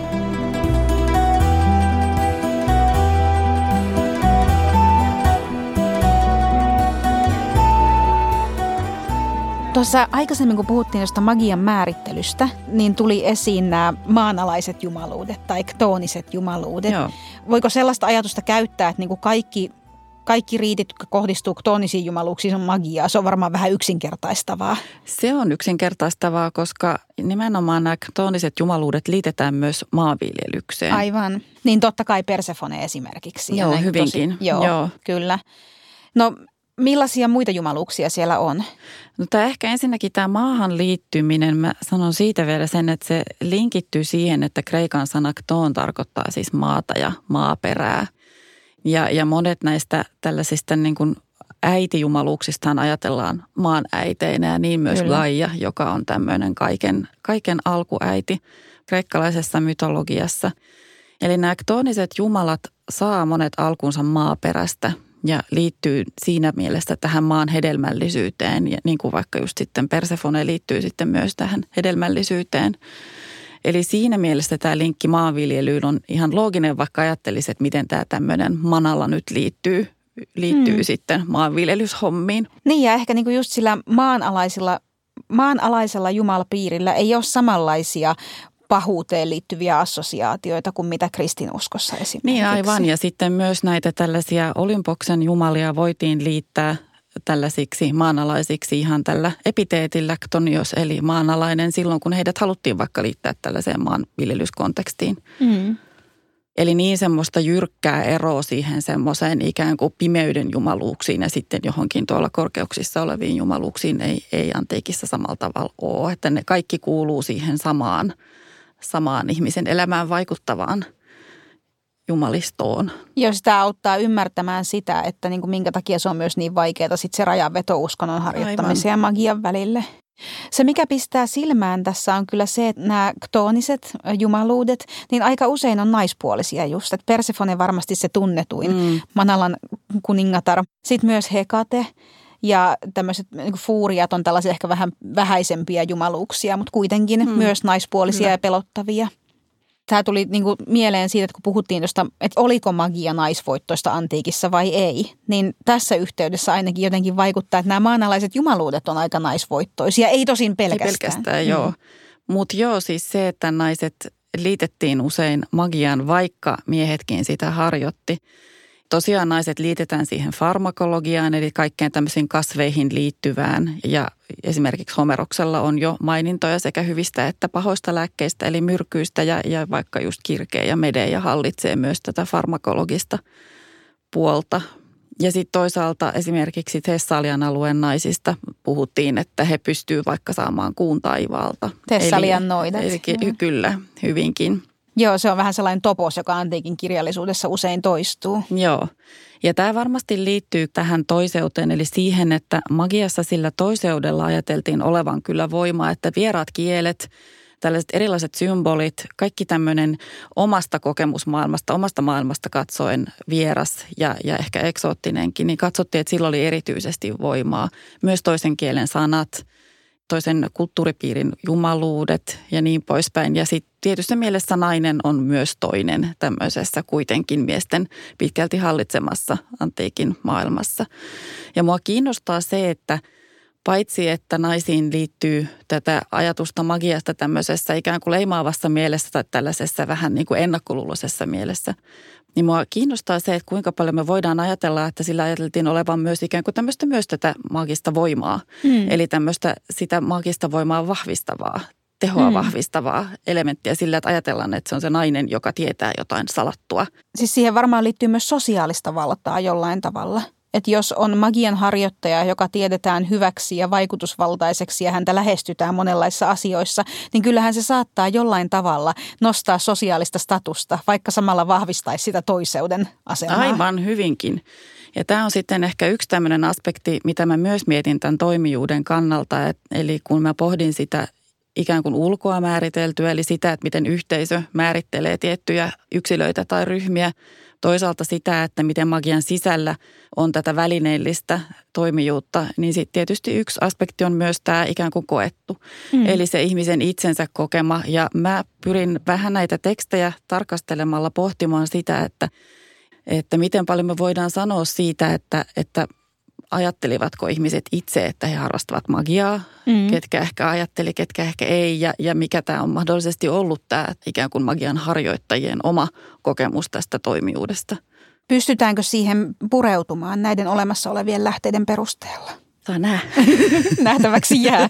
Tuossa aikaisemmin, kun puhuttiin josta magian määrittelystä, niin tuli esiin nämä maanalaiset jumaluudet tai ktooniset jumaluudet. Joo. Voiko sellaista ajatusta käyttää, että niin kuin kaikki, kaikki riitit, jotka kohdistuu ktoonisiin jumaluuksiin, on magiaa? Se on varmaan vähän yksinkertaistavaa. Se on yksinkertaistavaa, koska nimenomaan nämä ktooniset jumaluudet liitetään myös maanviljelykseen. Aivan. Niin totta kai Persefone esimerkiksi. Joo, hyvinkin. Tosi, joo, joo, kyllä. No millaisia muita jumaluuksia siellä on? No tämä ehkä ensinnäkin tämä maahan liittyminen, mä sanon siitä vielä sen, että se linkittyy siihen, että kreikan sana ktoon tarkoittaa siis maata ja maaperää. Ja, ja monet näistä tällaisista niin kuin äitijumaluuksistaan ajatellaan maan äiteinä ja niin myös Kyllä. Gaia, joka on tämmöinen kaiken, kaiken alkuäiti kreikkalaisessa mytologiassa. Eli nämä ktooniset jumalat saa monet alkunsa maaperästä. Ja liittyy siinä mielessä tähän maan hedelmällisyyteen, ja niin kuin vaikka just sitten Persefone liittyy sitten myös tähän hedelmällisyyteen. Eli siinä mielessä tämä linkki maanviljelyyn on ihan looginen, vaikka ajattelisi, että miten tämä tämmöinen manalla nyt liittyy, liittyy hmm. sitten maanviljelyshommiin. Niin ja ehkä niin kuin just sillä maanalaisilla, maanalaisella jumalapiirillä ei ole samanlaisia pahuuteen liittyviä assosiaatioita kuin mitä kristinuskossa esimerkiksi. Niin aivan, ja sitten myös näitä tällaisia Olympoksen jumalia voitiin liittää tällaisiksi maanalaisiksi ihan tällä epiteetillä ktonios, eli maanalainen silloin, kun heidät haluttiin vaikka liittää tällaiseen maanviljelyskontekstiin. Mm. Eli niin semmoista jyrkkää eroa siihen semmoiseen ikään kuin pimeyden jumaluuksiin ja sitten johonkin tuolla korkeuksissa oleviin jumaluuksiin ei, ei antiikissa samalla tavalla ole, että ne kaikki kuuluu siihen samaan samaan ihmisen elämään vaikuttavaan jumalistoon. Jos tämä auttaa ymmärtämään sitä, että niin kuin minkä takia se on myös niin vaikeaa sit se rajanveto uskonnon harjoittamisen ja magian välille. Se, mikä pistää silmään tässä on kyllä se, että nämä ktooniset jumaluudet, niin aika usein on naispuolisia just. Että Persefone varmasti se tunnetuin, mm. Manalan kuningatar. Sitten myös Hekate. Ja tämmöiset niin kuin fuuriat on tällaisia ehkä vähän vähäisempiä jumaluuksia, mutta kuitenkin hmm. myös naispuolisia Kyllä. ja pelottavia. Tämä tuli niin kuin mieleen siitä, että kun puhuttiin tuosta, että oliko magia naisvoittoista antiikissa vai ei, niin tässä yhteydessä ainakin jotenkin vaikuttaa, että nämä maanalaiset jumaluudet on aika naisvoittoisia. Ei tosin pelkästään. Ei pelkästään, joo. Mm. Mutta joo, siis se, että naiset liitettiin usein magiaan, vaikka miehetkin sitä harjoitti. Tosiaan naiset liitetään siihen farmakologiaan, eli kaikkeen tämmöisiin kasveihin liittyvään. Ja esimerkiksi Homeroksella on jo mainintoja sekä hyvistä että pahoista lääkkeistä, eli myrkyistä ja, ja vaikka just kirkeä ja mede ja hallitsee myös tätä farmakologista puolta. Ja sitten toisaalta esimerkiksi Thessalian alueen naisista puhuttiin, että he pystyvät vaikka saamaan kuun taivaalta. Thessalian noidat. Eli, eli kyllä, hyvinkin. Joo, se on vähän sellainen topos, joka antiikin kirjallisuudessa usein toistuu. Joo. Ja tämä varmasti liittyy tähän toiseuteen, eli siihen, että magiassa sillä toiseudella ajateltiin olevan kyllä voimaa, että vieraat kielet, tällaiset erilaiset symbolit, kaikki tämmöinen omasta kokemusmaailmasta, omasta maailmasta katsoen vieras ja, ja ehkä eksoottinenkin, niin katsottiin, että sillä oli erityisesti voimaa. Myös toisen kielen sanat, toisen kulttuuripiirin jumaluudet ja niin poispäin. Ja sitten tietysti mielessä nainen on myös toinen tämmöisessä kuitenkin miesten pitkälti hallitsemassa antiikin maailmassa. Ja mua kiinnostaa se, että paitsi että naisiin liittyy tätä ajatusta magiasta tämmöisessä ikään kuin leimaavassa mielessä tai tällaisessa vähän niin kuin ennakkoluuloisessa mielessä, niin mua kiinnostaa se, että kuinka paljon me voidaan ajatella, että sillä ajateltiin olevan myös ikään kuin tämmöistä myös tätä magista voimaa. Mm. Eli tämmöistä sitä magista voimaa vahvistavaa, tehoa mm. vahvistavaa elementtiä sillä, että ajatellaan, että se on se nainen, joka tietää jotain salattua. Siis siihen varmaan liittyy myös sosiaalista valtaa jollain tavalla. Että jos on magian harjoittaja, joka tiedetään hyväksi ja vaikutusvaltaiseksi ja häntä lähestytään monenlaisissa asioissa, niin kyllähän se saattaa jollain tavalla nostaa sosiaalista statusta, vaikka samalla vahvistaisi sitä toiseuden asemaa. Aivan hyvinkin. Ja tämä on sitten ehkä yksi tämmöinen aspekti, mitä mä myös mietin tämän toimijuuden kannalta. Et, eli kun mä pohdin sitä ikään kuin ulkoa määriteltyä, eli sitä, että miten yhteisö määrittelee tiettyjä yksilöitä tai ryhmiä, toisaalta sitä, että miten magian sisällä on tätä välineellistä toimijuutta, niin sitten tietysti yksi aspekti on myös tämä ikään kuin koettu. Mm. Eli se ihmisen itsensä kokema. Ja mä pyrin vähän näitä tekstejä tarkastelemalla pohtimaan sitä, että, että miten paljon me voidaan sanoa siitä, että, että ajattelivatko ihmiset itse, että he harrastavat magiaa, mm. ketkä ehkä ajatteli, ketkä ehkä ei, ja, ja mikä tämä on mahdollisesti ollut tämä ikään kuin magian harjoittajien oma kokemus tästä toimijuudesta. Pystytäänkö siihen pureutumaan näiden olemassa olevien lähteiden perusteella? Saa nähdä. Nähtäväksi jää.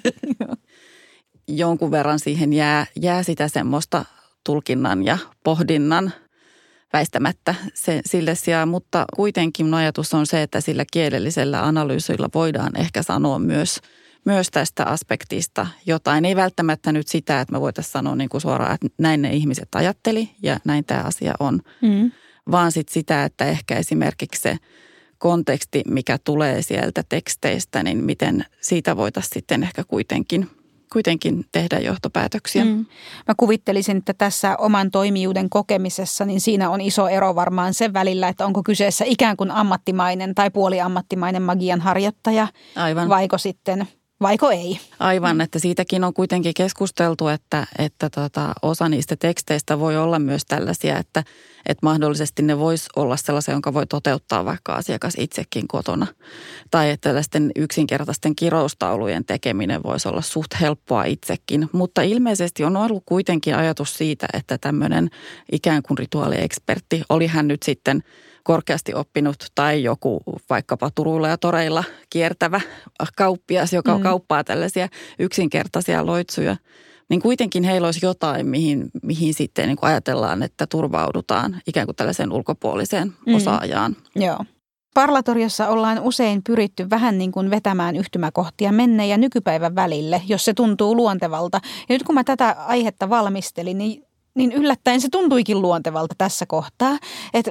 Jonkun verran siihen jää, jää sitä semmoista tulkinnan ja pohdinnan väistämättä se, sille sijaan, mutta kuitenkin ajatus on se, että sillä kielellisellä analyysillä voidaan ehkä sanoa myös, myös tästä aspektista jotain. Ei välttämättä nyt sitä, että me voitaisiin sanoa niin kuin suoraan, että näin ne ihmiset ajatteli ja näin tämä asia on, mm. vaan sitten sitä, että ehkä esimerkiksi se konteksti, mikä tulee sieltä teksteistä, niin miten siitä voitaisiin sitten ehkä kuitenkin kuitenkin tehdä johtopäätöksiä. Mm. Mä kuvittelisin, että tässä oman toimijuuden kokemisessa, niin siinä on iso ero varmaan sen välillä, että onko kyseessä ikään kuin ammattimainen tai puoliammattimainen magian harjoittaja, aivan, vaiko sitten, vaiko ei. Aivan, että siitäkin on kuitenkin keskusteltu, että, että tota, osa niistä teksteistä voi olla myös tällaisia, että, että mahdollisesti ne voisi olla sellaisia, jonka voi toteuttaa vaikka asiakas itsekin kotona. Tai että tällaisten yksinkertaisten kiroustaulujen tekeminen voisi olla suht helppoa itsekin. Mutta ilmeisesti on ollut kuitenkin ajatus siitä, että tämmöinen ikään kuin rituaaliekspertti, oli hän nyt sitten korkeasti oppinut tai joku vaikkapa Turuilla ja toreilla kiertävä kauppias, joka mm. kauppaa tällaisia yksinkertaisia loitsuja, niin kuitenkin heillä olisi jotain, mihin, mihin sitten niin kuin ajatellaan, että turvaudutaan ikään kuin tällaiseen ulkopuoliseen mm. osaajaan. Joo. Parlatoriossa ollaan usein pyritty vähän niin kuin vetämään yhtymäkohtia menneen ja nykypäivän välille, jos se tuntuu luontevalta. Ja nyt kun mä tätä aihetta valmistelin, niin, niin yllättäen se tuntuikin luontevalta tässä kohtaa, että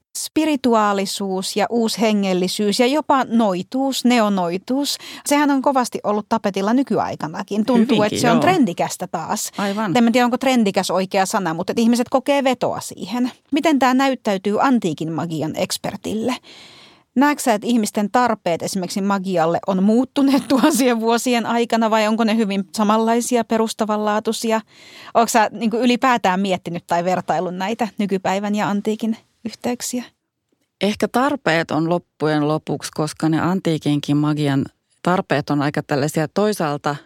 spirituaalisuus ja uushengellisyys ja jopa noituus, neonoituus, sehän on kovasti ollut tapetilla nykyaikanakin. Tuntuu, Hyvinkin, että se on joo. trendikästä taas. Aivan. En tiedä, onko trendikäs oikea sana, mutta että ihmiset kokee vetoa siihen. Miten tämä näyttäytyy antiikin magian ekspertille? Näetkö sä, että ihmisten tarpeet esimerkiksi magialle on muuttuneet tuhansien vuosien aikana vai onko ne hyvin samanlaisia, perustavanlaatuisia? Oletko sä niin kuin ylipäätään miettinyt tai vertaillut näitä nykypäivän ja antiikin yhteyksiä? Ehkä tarpeet on loppujen lopuksi, koska ne antiikinkin magian tarpeet on aika tällaisia toisaalta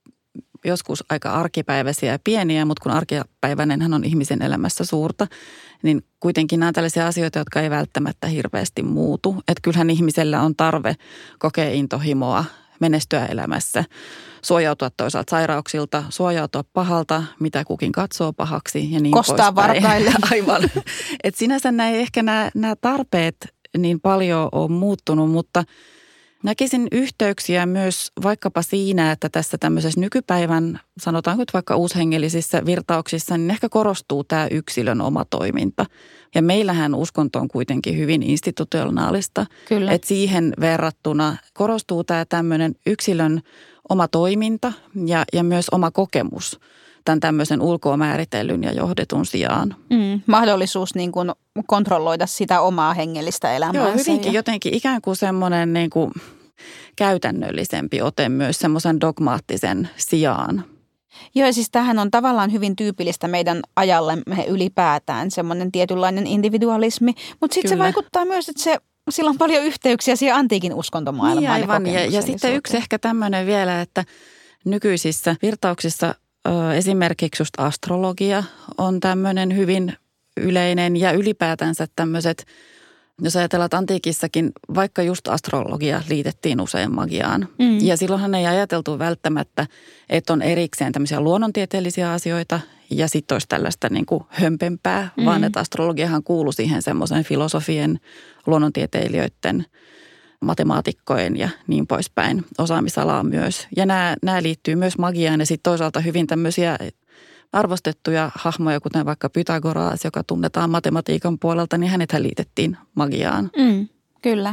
joskus aika arkipäiväisiä ja pieniä, mutta kun arkipäiväinenhän on ihmisen elämässä suurta, niin kuitenkin nämä on tällaisia asioita, jotka ei välttämättä hirveästi muutu. Että kyllähän ihmisellä on tarve kokea intohimoa, menestyä elämässä, suojautua toisaalta sairauksilta, suojautua pahalta, mitä kukin katsoo pahaksi ja niin Kostaa poispäin. varkaille. Aivan. Että sinänsä nämä, ehkä nämä, nämä tarpeet niin paljon on muuttunut, mutta Näkisin yhteyksiä myös vaikkapa siinä, että tässä tämmöisessä nykypäivän, sanotaanko nyt vaikka uushengellisissä virtauksissa, niin ehkä korostuu tämä yksilön oma toiminta. Ja meillähän uskonto on kuitenkin hyvin institutionaalista. Kyllä. Että siihen verrattuna korostuu tämä tämmöinen yksilön oma toiminta ja, ja myös oma kokemus tämän tämmöisen ulkoa määritellyn ja johdetun sijaan. Mm, mahdollisuus niin kuin kontrolloida sitä omaa hengellistä elämäänsä. Joo, hyvinkin ja... jotenkin ikään kuin semmoinen niin kuin käytännöllisempi ote myös semmoisen dogmaattisen sijaan. Joo, ja siis tämähän on tavallaan hyvin tyypillistä meidän ajallemme ylipäätään, semmoinen tietynlainen individualismi. Mutta sitten se vaikuttaa myös, että se, sillä on paljon yhteyksiä siihen antiikin uskontomaailmaan. Niin aivan, ja, ja sitten yksi ehkä tämmöinen vielä, että nykyisissä virtauksissa esimerkiksi just astrologia on tämmöinen hyvin yleinen ja ylipäätänsä tämmöiset, jos ajatellaan, että antiikissakin vaikka just astrologia liitettiin usein magiaan. Mm. Ja silloinhan ei ajateltu välttämättä, että on erikseen tämmöisiä luonnontieteellisiä asioita ja sitten olisi tällaista niin kuin hömpempää, mm. vaan että astrologiahan kuului siihen semmoisen filosofien, luonnontieteilijöiden, matemaatikkojen ja niin poispäin osaamisalaa myös. Ja nämä, nämä liittyy myös magiaan ja sitten toisaalta hyvin tämmöisiä arvostettuja hahmoja, kuten vaikka Pythagoras, joka tunnetaan matematiikan puolelta, niin hänethän liitettiin magiaan. Mm, kyllä.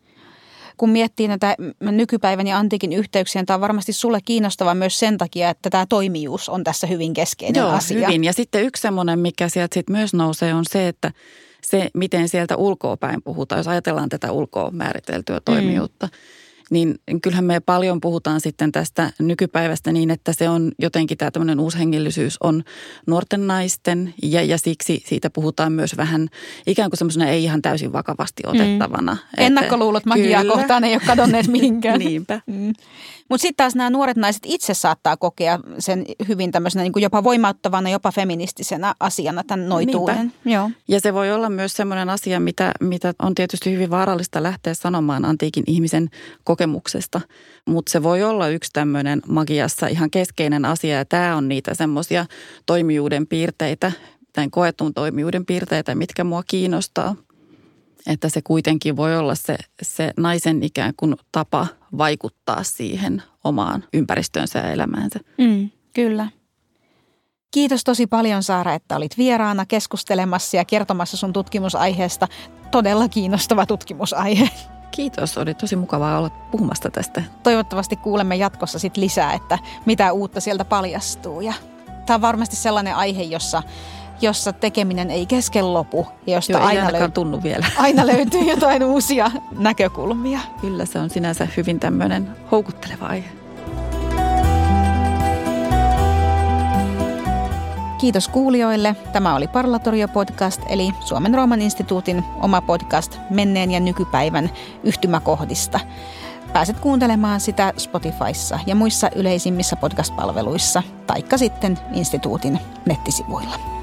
Kun miettii näitä nykypäivän ja antiikin yhteyksiä, tämä on varmasti sulle kiinnostava myös sen takia, että tämä toimijuus on tässä hyvin keskeinen Joo, asia. Joo, hyvin. Ja sitten yksi semmoinen, mikä sieltä sitten myös nousee, on se, että se, miten sieltä ulkoapäin puhutaan, jos ajatellaan tätä ulkoa määriteltyä toimijuutta, mm. niin kyllähän me paljon puhutaan sitten tästä nykypäivästä niin, että se on jotenkin tämä tämmöinen uushengellisyys on nuorten naisten ja, ja siksi siitä puhutaan myös vähän ikään kuin semmoisena ei ihan täysin vakavasti otettavana. Mm. Ennakkoluulot magiaa kyllä. kohtaan ei ole kadonneet mihinkään. Niinpä. Mm. Mutta sitten taas nämä nuoret naiset itse saattaa kokea sen hyvin tämmöisenä niin kuin jopa voimauttavana, jopa feministisenä asiana tämän noituuden. Joo. Ja se voi olla myös semmoinen asia, mitä, mitä on tietysti hyvin vaarallista lähteä sanomaan antiikin ihmisen kokemuksesta. Mutta se voi olla yksi tämmöinen magiassa ihan keskeinen asia ja tämä on niitä semmoisia toimijuuden piirteitä, tämän koetun toimijuuden piirteitä, mitkä mua kiinnostaa. Että se kuitenkin voi olla se, se naisen ikään kuin tapa vaikuttaa siihen omaan ympäristöönsä ja elämäänsä. Mm, kyllä. Kiitos tosi paljon, Saara, että olit vieraana keskustelemassa ja kertomassa sun tutkimusaiheesta. Todella kiinnostava tutkimusaihe. Kiitos, oli tosi mukavaa olla puhumasta tästä. Toivottavasti kuulemme jatkossa sit lisää, että mitä uutta sieltä paljastuu. Ja tämä on varmasti sellainen aihe, jossa... jossa tekeminen ei kesken lopu ja josta Joo, aina, löy- tunnu vielä. aina löytyy jotain uusia näkökulmia. Kyllä se on sinänsä hyvin tämmöinen houkutteleva aihe. Kiitos kuulijoille. Tämä oli Parlatorio-podcast, eli Suomen Rooman instituutin oma podcast menneen ja nykypäivän yhtymäkohdista. Pääset kuuntelemaan sitä Spotifyssa ja muissa yleisimmissä podcast-palveluissa, taikka sitten instituutin nettisivuilla.